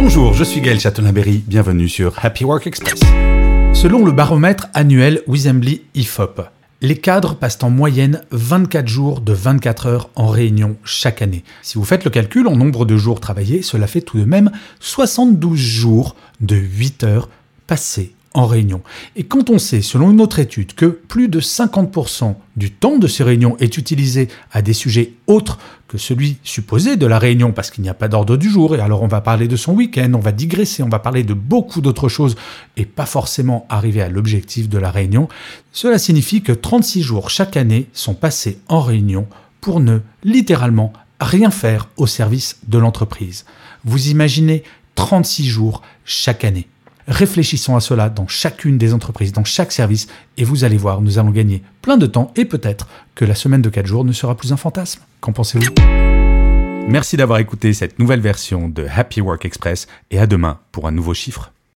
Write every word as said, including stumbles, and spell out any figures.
Bonjour, je suis Gaël Châtelain-Berry, bienvenue sur Happy Work Express. Selon le baromètre annuel Weasembley I F O P, les cadres passent en moyenne vingt-quatre jours de vingt-quatre heures en réunion chaque année. Si vous faites le calcul en nombre de jours travaillés, cela fait tout de même soixante-douze jours de huit heures passées en réunion. Et quand on sait, selon une autre étude, que plus de cinquante pour cent du temps de ces réunions est utilisé à des sujets autres que celui supposé de la réunion, parce qu'il n'y a pas d'ordre du jour, et alors on va parler de son week-end, on va digresser, on va parler de beaucoup d'autres choses, et pas forcément arriver à l'objectif de la réunion, cela signifie que trente-six jours chaque année sont passés en réunion pour ne, littéralement, rien faire au service de l'entreprise. Vous imaginez trente-six jours chaque année. Réfléchissons à cela dans chacune des entreprises, dans chaque service, et vous allez voir, nous allons gagner plein de temps, et peut-être que la semaine de quatre jours ne sera plus un fantasme. Qu'en pensez-vous ? Merci d'avoir écouté cette nouvelle version de Happy Work Express, et à demain pour un nouveau chiffre.